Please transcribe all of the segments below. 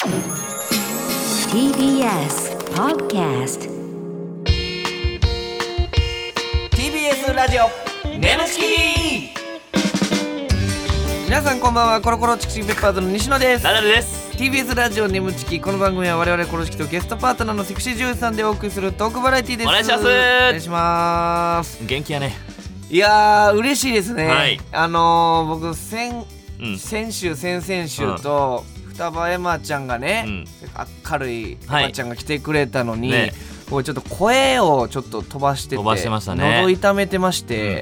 TBS Podcast TBS ラジオネムチキ。皆さんこんばんは。コロコロチキチキペッパーズの西野です。 ナダルです。 TBS ラジオネムチキ。この番組は我々コロチキとゲストパートナーのセクシー女優さんでお送りするトークバラエティです。 お願いします。 お願いします。 元気やね。 いやー嬉しいですね、 はい、 僕先週先々週と、双葉エマちゃんがね、明るいエマちゃんが来てくれたのに、ね、僕ちょっと声をちょっと飛ばしてて、 ましたね、 喉痛めてまして、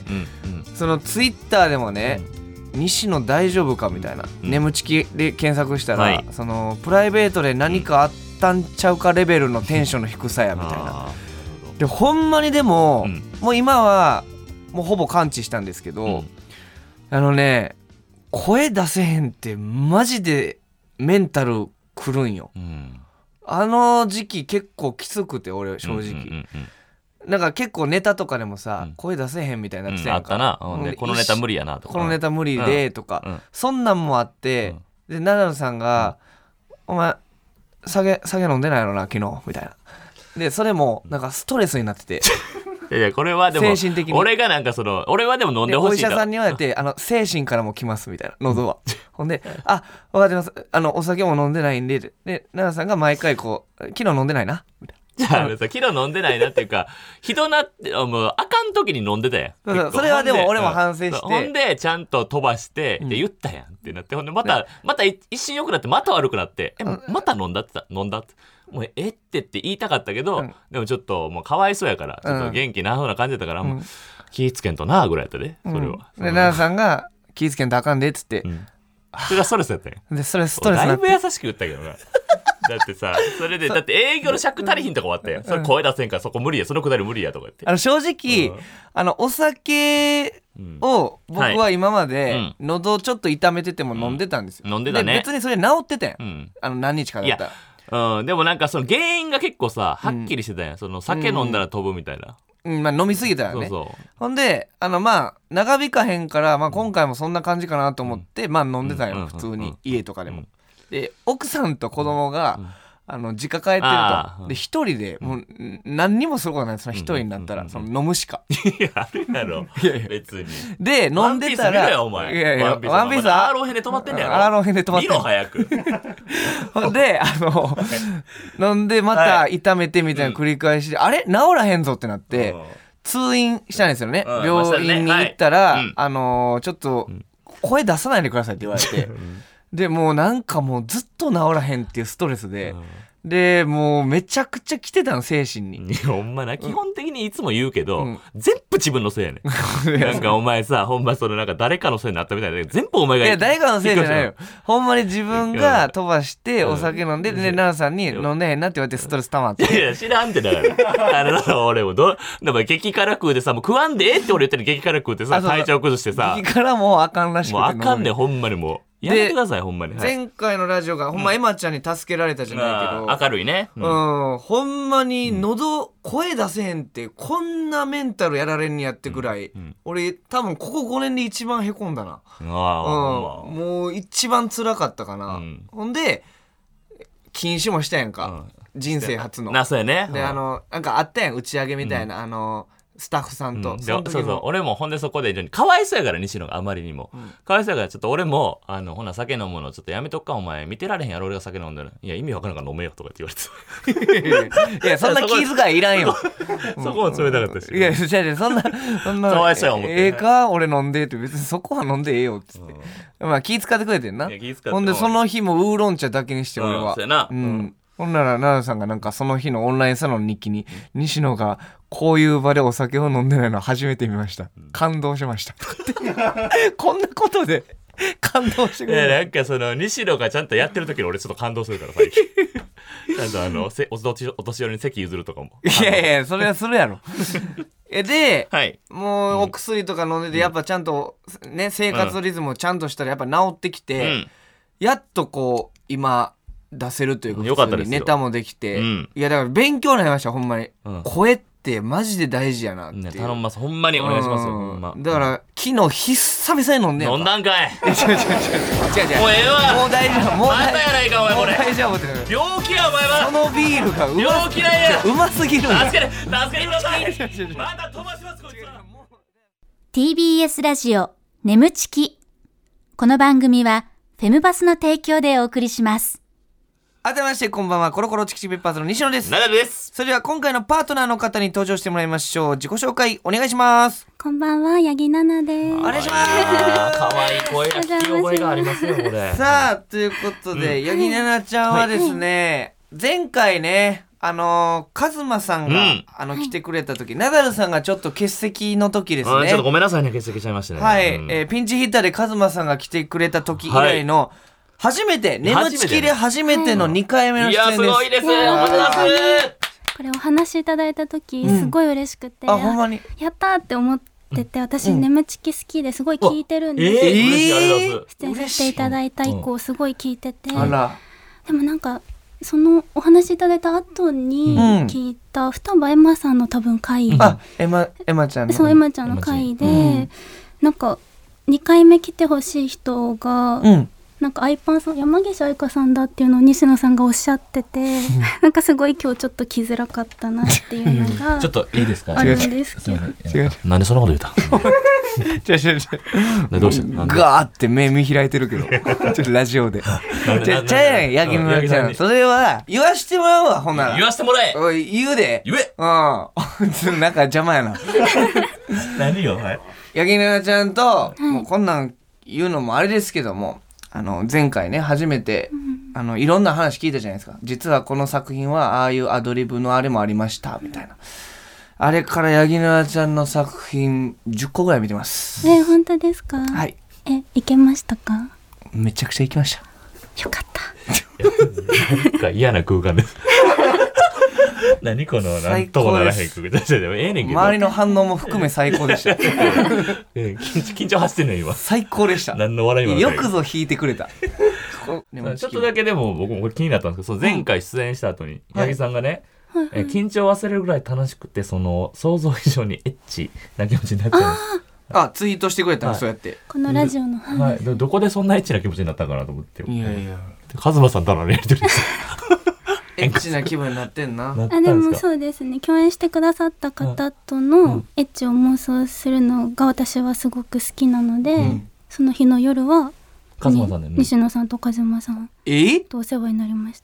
そのツイッターでもね、西野大丈夫かみたいな、眠ちきで検索したら、そのプライベートで何かあったんちゃうかレベルのテンションの低さやみたいな、でほんまにでも、もう今はもうほぼ完治したんですけど、声出せへんってマジでメンタルくるんよ、あの時期結構きつくて、俺正直、なんか結構ネタとかでもさ、声出せへんみたいになってたやんか、 あったな、このネタ無理やなとか、 このネタ無理でとか、そんなんもあって、でナダルさんが、お前酒飲んでないのな昨日みたいな、でそれもなんかストレスになってていやこれはでも精神的に俺がなんか俺はでも飲んでほしいと、 お医者さんに言われて精神からも来ますみたいな、喉はほんで分かってます、お酒も飲んでないんで、で奈良さんが毎回こう昨日飲んでないなみたいな、 じゃあさ昨日飲んでないなっていうか人なってもうあかん時に飲んでたやん。 それはでも俺も反省して、 ほんでちゃんと飛ばして、で言ったやんってなって、ほんでまた一瞬良くなってまた悪くなって、また飲んだってもうって言いたかったけど、でもちょっともうかわいそうやからちょっと元気なそうな感じだったから、もう気ぃつけんとなぐらいやったで、それは、 で奈良さんが気ぃつけんとあかんでっつって、 それがストレスやったんや。 でそれストレスだいぶ優しく言ったけどなだってさ、それでだって営業の尺足りひんとか終わったやん、それ声出せんからそこ無理や、そのくだり無理やとか言って、 正直、お酒を僕は今まで喉ちょっと痛めてても飲んでたんですよ、 飲んでたね。 で別にそれ治ってたやん、何日かだったら。 でもなんかその原因が結構さはっきりしてたやん、その酒飲んだら飛ぶみたいな、 飲みすぎたよね。 そうほんで長引かへんから、今回もそんな感じかなと思って、飲んでたよ、普通に家とかでも、で奥さんと子供が、実家帰ってると、で一人でもう何にもすることない、その一人になったら、その飲むしかいやあるやろ別に。 で飲んでたら、 ワンピースアーロー編で止まってんねやろ。 アーロー編で止まってん見ろ早くほんで飲んでまた痛めてみたいな繰り返しで、あれ治らへんぞってなって、通院したんですよね、病院に行ったら、ちょっと声出さないでくださいって言われてでもうなんかもうずっと治らへんっていうストレスで、でもうめちゃくちゃ来てたの、精神に。 いやほんまな、基本的にいつも言うけど、全部自分のせいやねんなんかお前さ、ほんまなんか誰かのせいになったみたいだけど、全部お前が。 いや誰かのせいじゃないよ、ほんまに自分が飛ばしてお酒飲んで、で奈良さんに飲んでへんなって言われてストレス溜まって。 いや知らんってだから俺もだから激辛食うでさ、もう食わんでって俺言ってる、激辛食うってさ体調崩してさ、 激辛もうあかんらしくて、 もうあかんねんほんまに、もうやめてくださいほんまに。 前回のラジオがほんまエマちゃんに助けられたじゃないけど、 明るいね、 ほんまに声出せへんってこんなメンタルやられんにやってくらい、俺多分ここ5年で一番へこんだな。もう一番辛かったかな、ほんで禁酒もしたやんか、人生初の。 そうやね。 でなんかあったやん、打ち上げみたいな、スタッフさんと、 そう俺もほんでそこでかわいそうやから、西野があまりにも、かわいそうやから、ちょっと俺もほな酒飲むのちょっとやめとくか、お前見てられへんやろ俺が酒飲んでる。いや意味わからんから飲めよとかって言われていやそんな気遣いいらんよそこも冷たかったし、 いやそんなかわいそうや思って俺飲んでって別にそこは飲んでええよっつって、気遣ってくれてんな。ほんでその日もウーロン茶だけにして俺は、 そうやな、 ほんなら奈良さんがなんかその日のオンラインサロンの日記に、西野がこういう場でお酒を飲んでないの初めて見ました、感動しましたこんなことで感動してくれる。 なんかその西野がちゃんとやってる時に俺ちょっと感動するから最近ちゃんとお年寄りに席譲るとかも。 いやそれはするやろで、もうお薬とか飲んでて、やっぱちゃんとね生活リズムをちゃんとしたらやっぱ治ってきて、やっとこう今出せるというか、 よかったですよ、 ネタもできて、いやだから勉強になりましたほんまに、声っってマジで大事やなっていう、 ね、頼みますほんまにお願いしますよ、ほんま。 だから昨日久々に飲んでんやんか。 飲んだんかい。 違うもうええわ。 もう大丈夫、もうまたやないかお前これ。 大丈夫って。 病気やお前は。 そのビールが病気なんや。 うますぎるんだ。 助けてください。また飛ばしますこいつら。 TBS ラジオ眠ちき。この番組はフェムバスの提供でお送りします。 改めましてこんばんは、コロコロチキチキペッパーズの西野です。 ナダルです。 それでは今回のパートナーの方に登場してもらいましょう。自己紹介お願いします。 こんばんは、八木奈々です。 お願いします。 可愛い声が聞き覚えがありますよこれ。 さあということで、八木奈々ちゃんはですね、前回ねカズマさんが、来てくれた時、ナダルさんがちょっと欠席の時ですね。 ちょっとごめんなさいね、欠席しちゃいましたね。 はい、ピンチヒッターでカズマさんが来てくれた時以来の、初めて眠ちきで初めての2回目の出演です。 いやすごいです。おめでとうございます。 これお話しいただいた時、すごい嬉しくて、 あ、ほんまにやったーって思ってて、私、眠ちき好きですごい聞いてるんです。出演させていただいた以降すごい聞いてて、でもなんかそのお話いただいた後に聞いた双葉エマさんの多分回、 エマちゃんの、 そうエマちゃんの回で、なんか2回目来てほしい人が、なんかアイパンさん、山岸愛香さんだっていうのを西野さんがおっしゃってて、なんかすごい今日ちょっと来づらかったなっていうのがちょっといいですか。 あるんですけど。 違う。 なんでそんなこと言った違う。 どうした。 ガーって目見開いてるけどちょっとラジオでちゃうやん、八木奈々ちゃん。それは言わしてもらうわ。ほんなら言わしてもらえ。 おい、言うで。 言え。 なんか邪魔やな。 何よ。 八木奈々ちゃんともうこんなん言うのもあれですけども、前回ね初めていろんな話聞いたじゃないですか。実はこの作品はああいうアドリブのあれもありましたみたいな。あれから八木奈々ちゃんの作品10個ぐらい見てます。 本当ですか。 はい。 いけましたか。 めちゃくちゃ行きました。 よかった。 なんか嫌な空間です。何このなんともならへん空間。 周りの反応も含め最高でした。 緊張走ってんの今。 最高でした。 何の笑いもない。 よくぞ弾いてくれた。 ちょっとだけでも僕もこれ気になったんですけど、その前回出演した後に八木さんがね、緊張を忘れるぐらい楽しくて、その想像以上にエッチな気持ちになっちゃうんです。 ツイートしてくれたの、そうやってこのラジオの話、どこでそんなエッチな気持ちになったかなと思って。 いやカズマさんとのやりとりです。 エッチな気分になってんな。 でもそうですね、共演してくださった方とのエッチを妄想するのが私はすごく好きなので、その日の夜はカズマさんだよね。 西野さんとカズマさんとお世話になりました。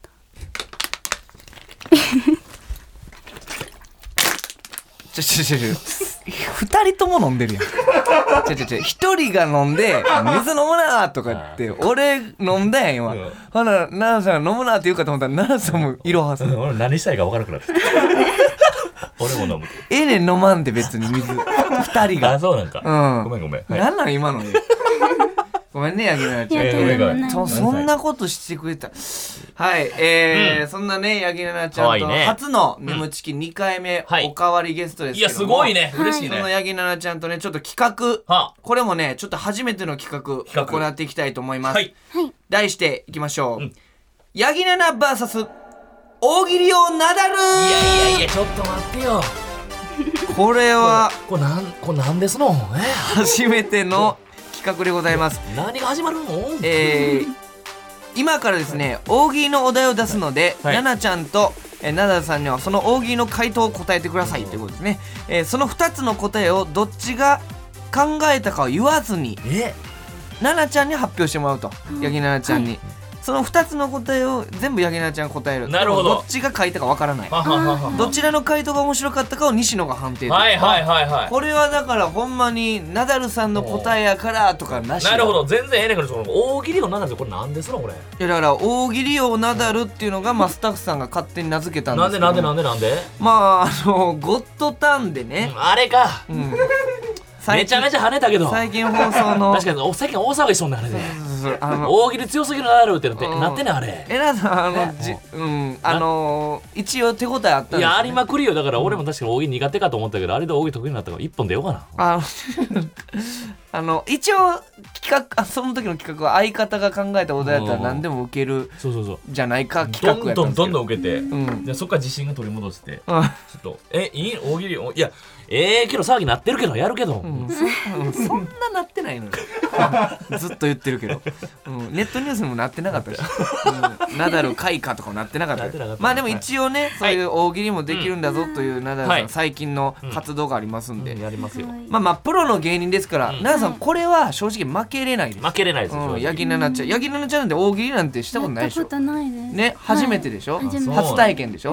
2人とも飲んでるやん。1人が飲んで水飲むなとかって俺飲んだやん今。ほな奈々さんが飲むなって言うかと思ったら奈々さんも色はする。 俺何したいか分からなくなって俺も飲む。 ね飲まんで別に水2人が。 あ、そうなんか。ごめん。 なんなん今のに。ごめんね、八木奈々ちゃん。そんなことしてくれた。はい、そんなね、八木奈々ちゃんと初の眠ちき2回目おかわりゲストですけども。 いや、すごいね。嬉しいね。 その八木奈々ちゃんとね、ちょっと企画、これもね、ちょっと初めての企画行っていきたいと思います。題していきましょう。八木奈々 VS 大喜利王ナダル。 いや、ちょっと待ってよ。 これはこれなんですの？ 初めての企画でございます。 何が始まるの？ 今からですね、大喜利のお題を出すので、奈々ちゃんとナダルさんにはその大喜利の回答を答えてくださいということですね。その2つの答えをどっちが考えたかを言わずに奈々ちゃんに発表してもらうと。八木奈々ちゃんに、その2つの答えを全部八木奈々ちゃんが答える。 なるほど。 どっちが書いたかわからない。どちらの回答が面白かったかを西野が判定。これはだからほんまにナダルさんの答えやからとかなし。 なるほど、全然ええねんけど、大喜利王ナダルってこれなんですのこれ。いやだから大喜利王ナダルっていうのがスタッフさんが勝手に名付けたんですけど。 なんでゴッドタンでね、 あれか、めちゃめちゃ跳ねたけど、 最近放送の確かに最近大騒ぎしそうなあれで、 そう大喜利強すぎるなるってなってねあれ。 なさん一応手応えあったんですよね。 いやありまくりよ。だから俺も確かに大喜利苦手かと思ったけど、あれで大喜利得意になったから一本出ようかな。 一応企画その時の企画は相方が考えたお題だったら何でも受けるじゃないか企画やったんですけど、 どんどん受けて、でそこから自信が取り戻して、ちょっといい大喜利いやけど騒ぎなってるけどやるけど、 そんななってないのよずっと言ってるけど、ネットニュースにもなってなかったし、ナダル開花とかもなってなかったし、まあでも一応ね、そういう大喜利もできるんだぞというナダルさん最近の活動がありますんで、 やりますよ。 まあプロの芸人ですから、ナダルさんこれは正直負けれないです。 負けれないですよ。 ヤギナナちゃんなんて大喜利なんてしたことないでしょ。 やったことないですね、初めてでしょ。初体験でしょ。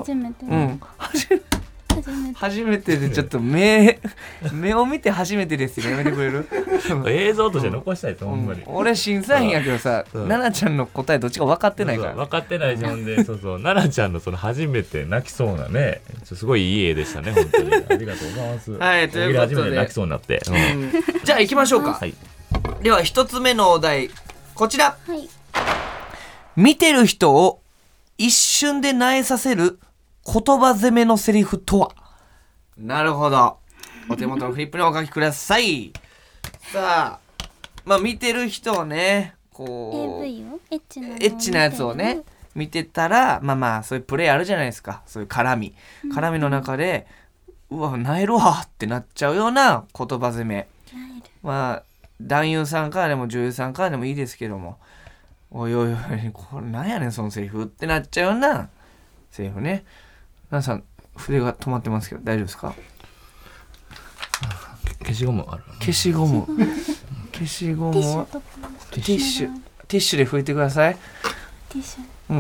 初めてでちょっと目を見て初めてですよ、やめてくれる映像として残したいとほんまに。 俺審査員やけどさ、奈々ちゃんの答えどっちか分かってないから。 分かってないじゃんで、そう奈々ちゃんのその初めて泣きそうなね、すごいいい絵でしたね本当に。ありがとうございます。 はい、ということで初めて泣きそうになって、 じゃあ行きましょうか。では一つ目のお題こちら。見てる人を一瞬で萎えさせる言葉攻めのセリフとは。なるほど。お手元のフリップにお書きください。さあ、まあ見てる人をね、こう AV をエッチなやつをね見てたら、まあそういうプレイあるじゃないですか。そういう絡みの中で、うわ萎えるわってなっちゃうような言葉攻め。まあ男優さんからでも女優さんからでもいいですけども、おいおいおいこれなんやねんそのセリフってなっちゃうようなセリフね。皆さん筆が止まってますけど大丈夫ですか。 消しゴムある。 消しゴムはティッシュで拭いてください。 ティッシ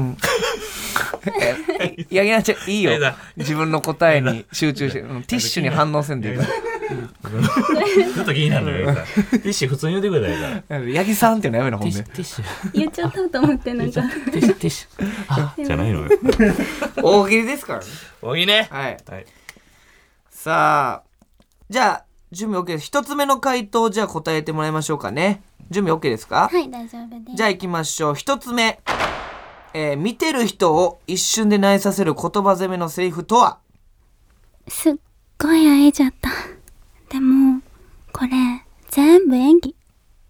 ュヤギナちゃんいいよ、自分の答えに集中してティッシュに反応せんでいいから。 ちょっと気になるのよ。ティッシュ普通に言うてくれないから。 ヤギさんっていうのやめなほんで。 ティッシュ言っちゃったと思ってなんかティッシュじゃないのよ。 大喜利ですからね。 大喜利ね。 はい。さあじゃあ準備 OK です。一つ目の回答じゃあ答えてもらいましょうかね。準備 OK ですか。 はい大丈夫です。 じゃあ行きましょう。一つ目、見てる人を一瞬で萎えさせる言葉攻めのセリフとは。 すっごい会えちゃった。でもこれ全部演技。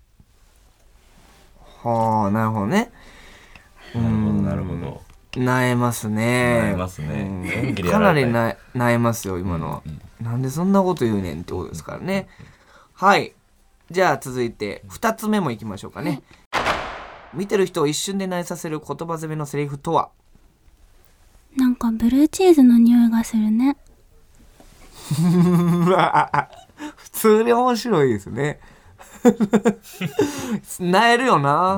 はあ、なるほどね。 なるほど。 萎えますね。 萎えますね。 かなり萎えますよ今のは。なんでそんなこと言うねんってことですからね。はい。じゃあ続いて2つ目もいきましょうかね。見てる人を一瞬で萎えさせる言葉攻めのセリフとは。 なんかブルーチーズの匂いがするね。 普通に面白いですね。萎えるよな。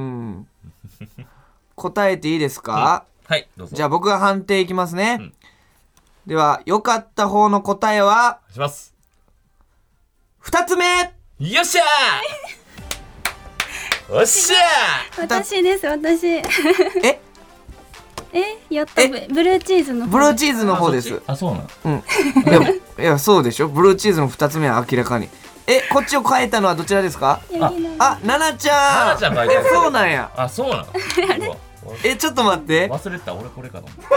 答えていいですか。 はいどうぞ。 じゃあ僕が判定いきますね。では良かった方の答えはします。 2つ目。 よっしゃー。おっしゃー。私です私。やったブルーチーズの方。 ブルーチーズの方です。 あそうなの。でもいやそうでしょ。ブルーチーズの2つ目は明らかに。こっちを変えたのはどちらですか。奈々ちゃん。そうなんや。 あそうなの。 ちょっと待って。 忘れてた俺これかと思った。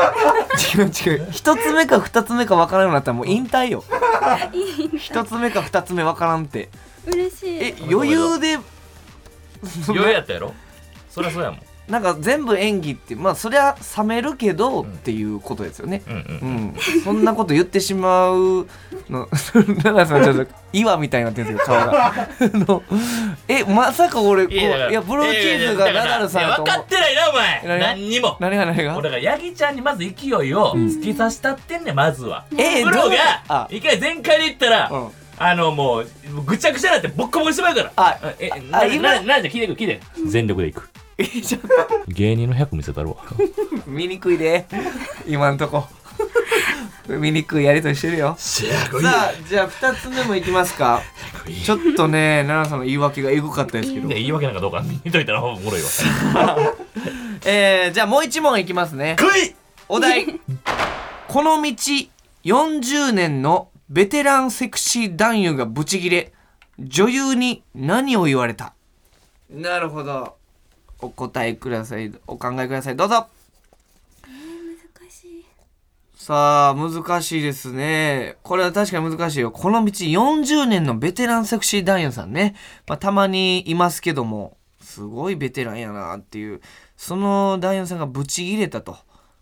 違う1つ目か2つ目か分からんようになったらもう引退よ。1つ目か2つ目分からんって。 嬉しい。 余裕で余裕やったやろ。そりゃそうやもん。 なんか全部演技ってまあそりゃ冷めるけどっていうことですよね。そんなこと言ってしまうの奈々さんちょっと岩みたいになってるんですよ顔が。まさか俺こういやブルーチーズがナダルさんと分かってないなお前。何にも。 何が俺がヤギちゃんにまず勢いを突き刺したってんねんまずは。プロが一回全開でいったらもうぐちゃぐちゃになってボッコボコにしてまうから。なんで聞いて全力でいく。芸人の100見せたるわ。 見にくいで今んとこ。見にくいやりとりしてるよ。さあじゃあ2つ目もいきますか。ちょっとね奈々さんの言い訳がエグかったですけど。 言い訳なんかどうか見といたらおもろいわ。 じゃあもう1問いきますね。お題。この道40年のベテランセクシー男優がブチギレ、女優に何を言われた。なるほど。 お答えください。お考えください。どうぞ。 難しい。 さあ難しいですね。これは確かに難しいよ。この道40年のベテランセクシー男優さんね、たまにいますけどもすごいベテランやなっていう、その男優さんがブチ切れたと。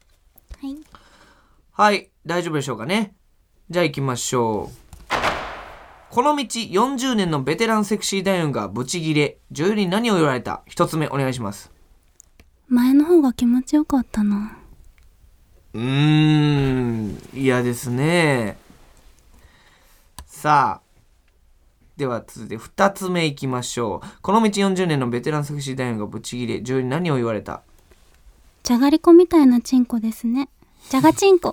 はい、大丈夫でしょうかね。じゃあ行きましょう。この道40年のベテランセクシー男優がブチギレ、女優に何を言われた？一つ目お願いします。 前の方が気持ちよかったな。 嫌ですね。さあでは続いて2つ目いきましょう。この道40年のベテランセクシー男優がブチギレ、女優に何を言われた？ じゃがりこみたいなチンコですね。じゃがチンコ。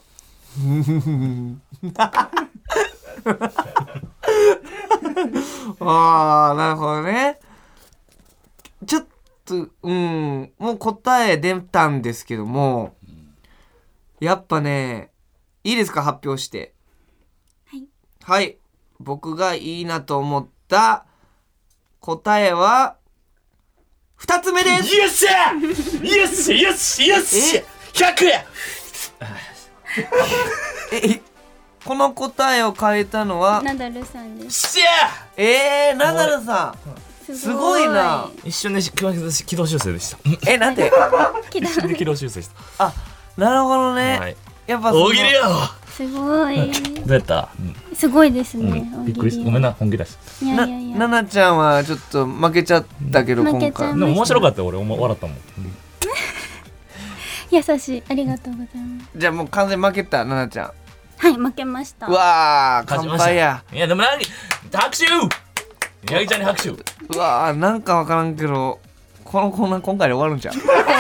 ああ、なるほどね。ちょっともう答え出たんですけども、やっぱね、いいですか、発表して。はい、僕がいいなと思った答えは2つ目です。 よっしゃよっしゃよっしゃよっしゃ100や。 この答えを変えたのはナダルさんです。 ナダルさんすごいな。 一瞬で軌道修正でした。 なんで一瞬で軌道修正した。 なるほどね、はい、やっぱ大喜利よ。 すごい。 どうやった？ すごいですね、 びっくりした。ごめんな、本気出し。 ななちゃんはちょっと負けちゃったけど、今回でも面白かったよ。俺笑ったもん。 優しい、ありがとうございます。 じゃあもう完全負けた。ななちゃん、 はい、負けました。 うわー、乾杯や。 いやでも拍手、ヤギちゃんに拍手。 うわー、なんか分からんけどこのコーナー今回で終わるんちゃう？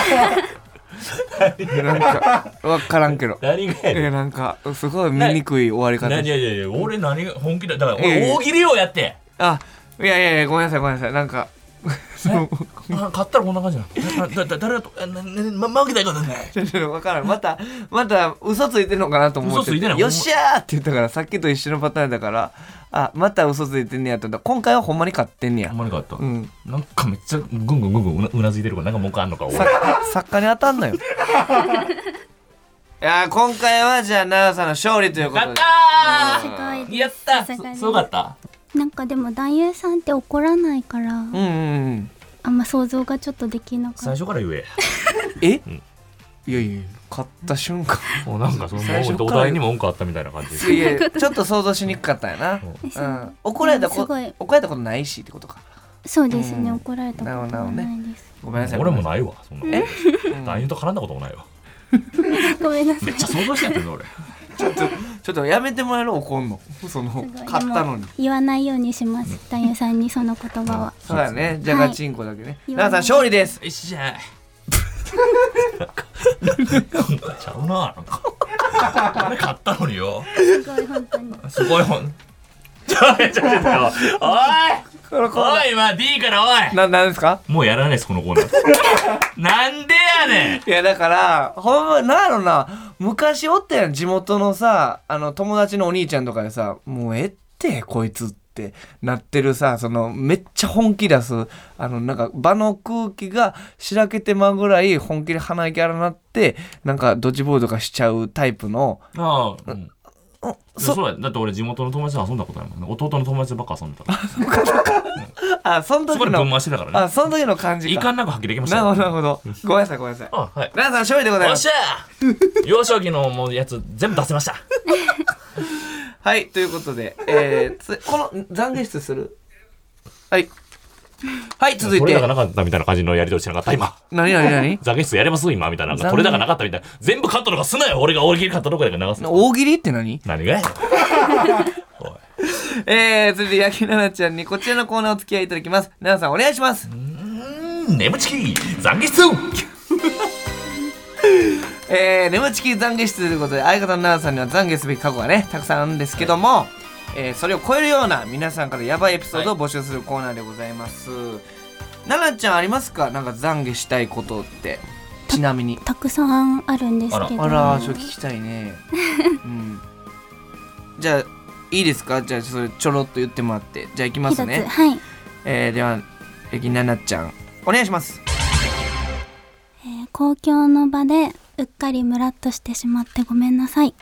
なんか分からんけど。 何がやねん。 なんかすごい醜い終わり方。 いや俺何が本気だ。だから俺大喜利をやって。 いやごめんなさいなんか勝ったらこんな感じなの？誰だと負けたいことない。 分からん。また嘘ついてんのかなと思って。 嘘ついてない。 よっしゃーって言ったから、さっきと一緒のパターンだから、また嘘ついてんねやったら、今回はほんまに勝ってんねや。 ほんまに勝った。なんかめっちゃぐんぐんうなずいてるから、なんか文句あんのか。 作家に当たんのよ。いや今回はじゃあ奈良さんの勝利ということで。 すごいです。 やった。すごかった。なんかでも男優さんって怒らないから、あんま想像がちょっとできなかった。 最初から言え。 いや勝った瞬間もうなんかそのお題にも文句あったみたいな感じで。いやちょっと想像しにくかったんやな。怒られたことないしってことか。 そうですね、怒られたことはないです。 ごめんなさい。 俺もないわ、そんな男優と絡んだこともないわ。 ごめんなさい。 めっちゃ想像してやってるの俺。 ちょっとやめてもらえる？怒んのその勝ったのに言わないようにします。男優さんにその言葉は。 そうだね、じゃがチンコだけね。奈良さん勝利です。 よっしゃちゃうな。俺勝ったのによ。 すごい本当に。 すごいおい今 D からおい。 なんですか？ もうやらないですこのコーナー。なんでやねん。 いやだからほんまなんやろな、昔おったやん、地元のさ友達のお兄ちゃんとかでさ、もうってこいつってなってるさ、そのめっちゃ本気出すなんか場の空気がしらけてまうぐらい本気で鼻息荒なって、なんかドッジボールとかしちゃうタイプの。 そうや。だって俺地元の友達と遊んだことないもんね。弟の友達ばっか遊んでた。その時の。 そこで分回してたからね。 その時の感じか。 いかんなく発揮できました。 なるほど。ごめんなさい。 はい。 皆さん勝利でございます。 よっしゃー。幼少期のもうやつ全部出せました。 はい、ということで、この懺悔室する？はい、続いて。 取れ高なかったみたいな感じのやり取りしなかった今。 何懺悔室やれます今みたいな。取れ高なかったみたいな。全部カットとかすなよ。俺が大喜利カットとかで流す。 大喜利って何がや続いて焼き奈々ちゃんにこちらのコーナーお付き合いいただきます。奈々さんお願いします。 眠ちき懺悔室。 眠ちき懺悔室ということで、相方の奈々さんには懺悔すべき過去がねたくさんあるんですけども、それを超えるような皆さんからヤバいエピソードを募集するコーナーでございます。奈々ちゃんありますか？なんか懺悔したいことって。ちなみにたくさんあるんですけど。 あら、それ聞きたいね。じゃあいいですか？じゃあそれちょろっと言ってもらって。じゃあいきますね。 はい。 では奈々ちゃんお願いします。 公共の場でうっかりムラっとしてしまってごめんなさい。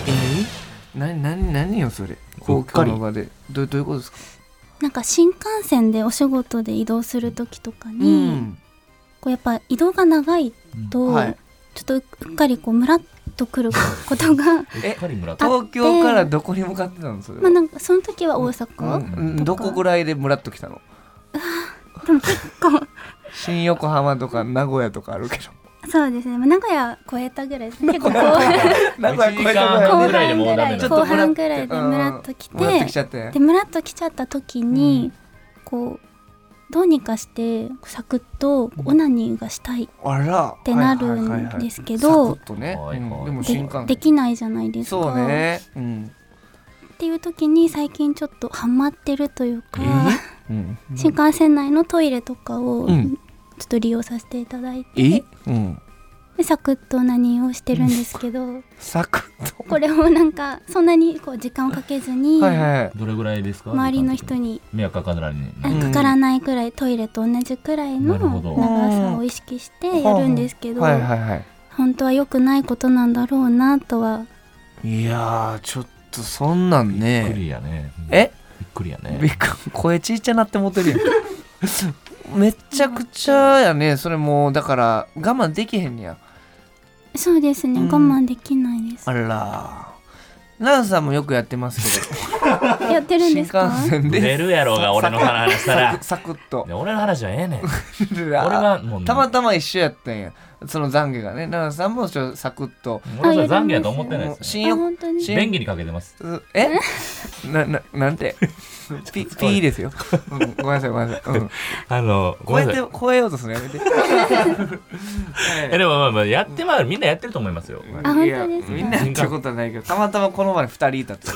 何よそれ。公共の場でどういうことですか？ なんか新幹線でお仕事で移動する時とかに、こうやっぱ移動が長いと、ちょっとうっかりこうムラっとくることが東京からどこに向かってたのそれは？ まあなんかその時は大阪、 どこぐらいでムラっときたの？ でも結構新横浜とか名古屋とかあるけど。 そうですね、名古屋超えたぐらいですね。結構名古屋超えたぐらいでもうダメだ。 後半ぐらいでムラっときて、でムラっときちゃった時に、こうどうにかしてサクッとオナニーがしたいってなるんですけど、できないじゃないですか。 そうね、 っていう時に最近ちょっとハマってるというか、新幹線内のトイレとかをちょっと利用させていただいて、でサクッと何をしてるんですけど、 サクッとこれをなんかそんなにこう時間をかけずに、 どれぐらいですか？ 周りの人に迷惑かからないくらい、トイレと同じくらいの長さを意識してやるんですけど、本当は良くないことなんだろうなとは。 いやちょっとそんなんね。 びっくりやね。 びっくりやね。 声ちっちゃなって思ってるやん。めちゃくちゃやね。それもうだから我慢できへんねや。 そうですね、我慢できないです。 あら、奈良さんもよくやってますけどやってるんですか？ 新幹線で出るやろうが俺の話したらサクッと。 俺の話はええねん。俺はもうたまたま一緒やったんや、その懺悔がね。奈良さんもサクッと。 俺はそれ懺悔やと思ってないですよ。便宜にかけてます。 なんてピーですよ。ごめんなさいごめんなさい。超えようとするのやめて。 でもまあやってみんなやってると思いますよ。 あ、本当ですか？ みんなやってることはないけど、たまたまこの場に2人いたって。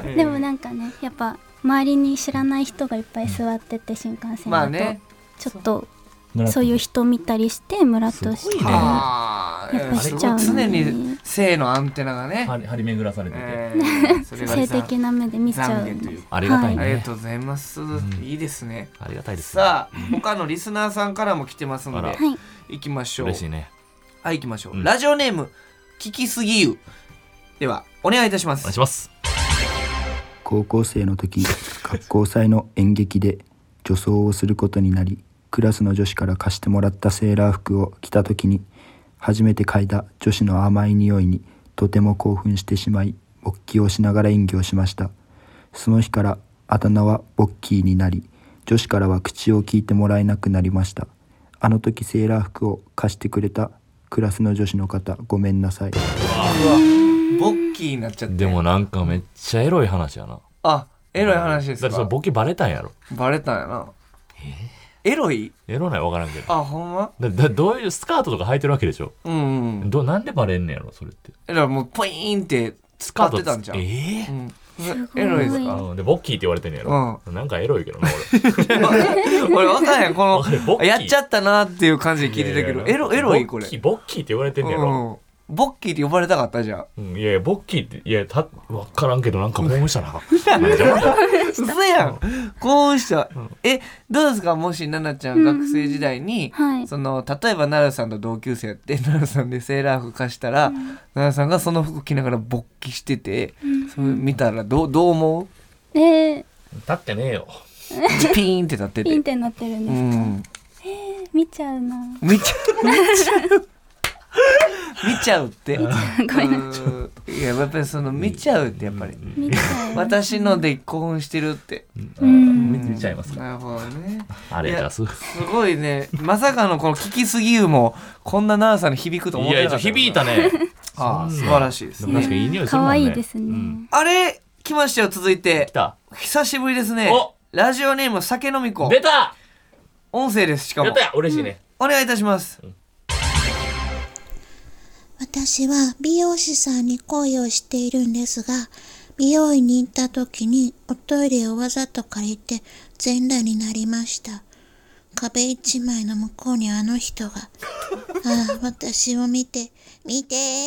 でもなんかね、やっぱ周りに知らない人がいっぱい座ってて、新幹線だとちょっとそういう人見たりしてムラっとしてやっぱしちゃうので、 常に性のアンテナがね張り巡らされてて、 性的な目で見ちゃう。 ありがたいね。 ありがとうございます。いいですね。 ありがたいです。 さあ他のリスナーさんからも来てますので行きましょう。 嬉しいね。 行きましょう。ラジオネーム聞きすぎゆ。ではお願いいたします。 お願いします。 高校生の時、学校祭の演劇で女装をすることになり、クラスの女子から貸してもらったセーラー服を着た時に、初めて嗅いだ女子の甘い匂いにとても興奮してしまい、勃起をしながら演技をしました。その日からあだ名はボッキーになり、女子からは口を聞いてもらえなくなりました。あの時セーラー服を貸してくれたクラスの女子の方、ごめんなさい。 ボッキーになっちゃって。 でもなんかめっちゃエロい話やな。 あ、エロい話ですか？ だってそれボッキーバレたんやろ。 バレたんやな。エロい？ エロない分からんけど。 あ、ほんま？ どういうスカートとか履いてるわけでしょ。なんでバレんねやろそれって。 だからもうポイーンって使ってたんじゃん。エロいですか？ でボッキーって言われてんねやろ。なんかエロいけどな俺分かんない。このやっちゃったなっていう感じで聞いてたけど、エロいこれ。 ボッキーって言われてんねやろ。 ボッキーって呼ばれたかったじゃん。いやボッキーって分からんけどなんか興奮したな。 嘘やん。興奮した。どうですか、もし奈々ちゃん学生時代にその例えば奈良さんと同級生やって奈良さんでセーラー服貸したら奈良さんがその服着ながら勃起してて、それ見たらどう思う？ 立ってねえよ。 ピーンって立ってて。 ピーンってなってるんですか？見ちゃうな。 見ちゃうって。いややっぱりその見ちゃうってやっぱり私ので興奮してるって見ちゃいますか。 なるほどね。 あれだすごいね。まさかのこの聞きすぎゆもこんな長さに響くと思ってなかった。 いや響いたね。 素晴らしいですね。 確かにいい匂いするもんね。 可愛いですね。 あれ来ましたよ。続いて久しぶりですね。ラジオネーム酒飲み子。 出た。 音声です。しかもやった。嬉しいね。 お願いいたします。 私は美容師さんに恋をしているんですが、美容院に行った時におトイレをわざと借りて全裸になりました。壁一枚の向こうにあの人が。私を見てー。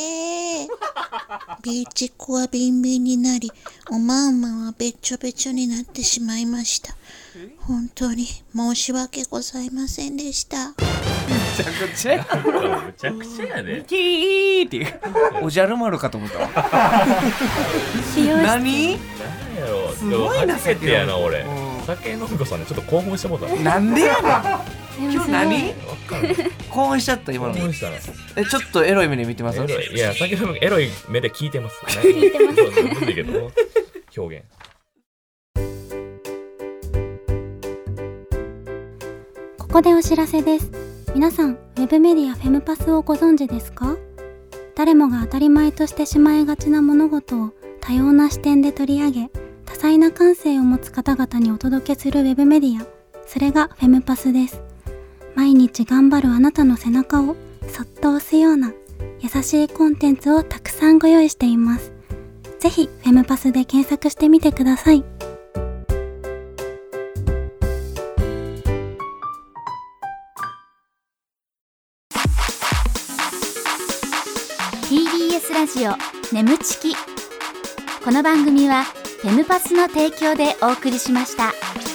ビーチコはビンビンになり、おまんまはべちょべちょになってしまいました。本当に申し訳ございませんでした。 めっちちゃくちゃやむちゃくちゃやで。 キーっていうおじゃる丸かと思ったわ。何？ 何やろ。 すごいな初めてやな俺。 うん酒飲み子さんねちょっと興奮してもうた。 なんでやねん。今日何？ わかんない。 興奮しちゃった今の。 興奮したね。 ちょっとエロい目で見てます？ エロい。いや酒飲みエロい目で聞いてます。 聞いてます。 むずいけど表現。 ここでお知らせです。皆さん、ウェブメディアフェムパスをご存知ですか？誰もが当たり前としてしまいがちな物事を多様な視点で取り上げ、多彩な感性を持つ方々にお届けするウェブメディア、それがフェムパスです。毎日頑張るあなたの背中をそっと押すような優しいコンテンツをたくさんご用意しています。ぜひフェムパスで検索してみてください。 TBS ラジオ眠ちき。この番組はフェムパスの提供でお送りしました。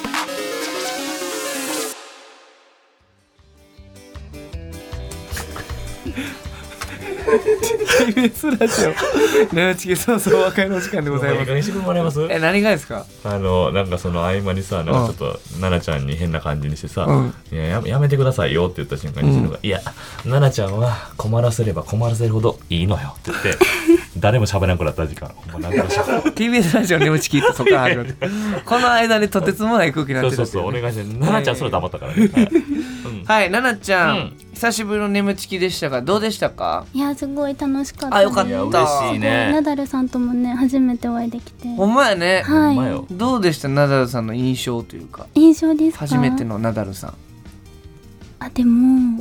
TBS ラジオ眠ちきそうそうお別れの時間でございます。 してもらえます？ 何がですか？ なんかその合間にさ、なんかちょっと奈々ちゃんに変な感じにしてさ、いややめてくださいよって言った瞬間に、いや奈々ちゃんは困らせれば困らせるほどいいのよって言って誰も喋らなくなった時間、 TBS ラジオ眠ちきってそこから始まってこの間にとてつもない空気になってる。 そうお願いして、奈々ちゃんそれ黙ったからね。 はい奈々ちゃん、久しぶりの眠ちきでしたがどうでしたか？ いや、すごい楽しかったです。 あ、よかった。 嬉しいね。 ナダルさんともね、初めてお会いできて。 ほんまやね。 はい。 どうでしたナダルさんの印象というか？ 印象ですか？ 初めてのナダルさん。 あ、でも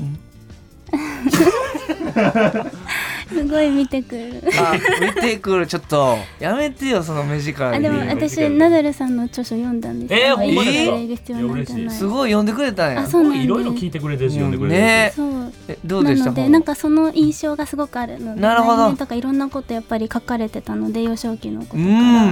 すごい見てくる。 あ、見てくる。ちょっとやめてよその目力に。 あ、でも私ナダルさんの著書読んだんですよ。 ほんまですか？ すごい読んでくれたんや。 あ、そうなんです。 いろいろ聞いてくれてるし読んでくれてるね。 そう。 どうでした？ なのでなんかその印象がすごくあるので、 なるほど。 とかいろんなことやっぱり書かれてたので、幼少期のことから、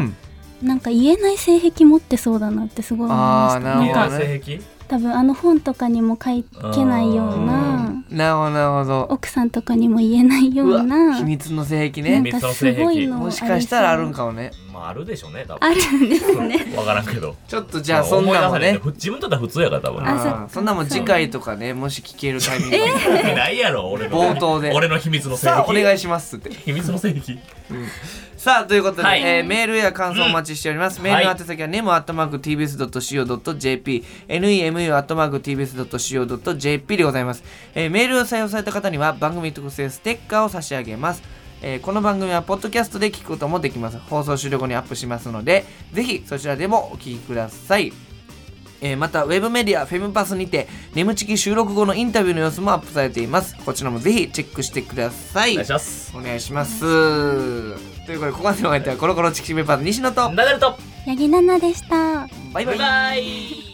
なんか言えない性癖持ってそうだなってすごい思いました。 なるほどね。 多分本とかにも書けないような、 なるほど。 奥さんとかにも言えないような秘密の性癖ね。 なんかすごいのもしかしたらあるんかもね。 まああるでしょうね多分。 あるんですね。 わからんけど。 ちょっとじゃあそんなもね、 自分とったら普通やから多分。 そんなも次回とかね、もし聞けるタイミングでないやろ俺の冒頭で俺の秘密の性癖。 さあお願いしますって秘密の性癖。 さあということで、メールや感想お待ちしております。メールの宛先は nemu@tbs.co.jp nemu@tbs.co.jp でございます。メールを採用された方には番組特製ステッカーを差し上げます。この番組はポッドキャストで聞くこともできます。放送終了後にアップしますので、ぜひそちらでもお聞きください。またウェブメディアフェムパスにて眠ちき収録後のインタビューの様子もアップされています。こちらもぜひチェックしてください。 お願いします。 お願いします。ということでここまでのお相手はコロコロチキチキペッパーズ西野とナダルとヤギナナでした。 バイバイ。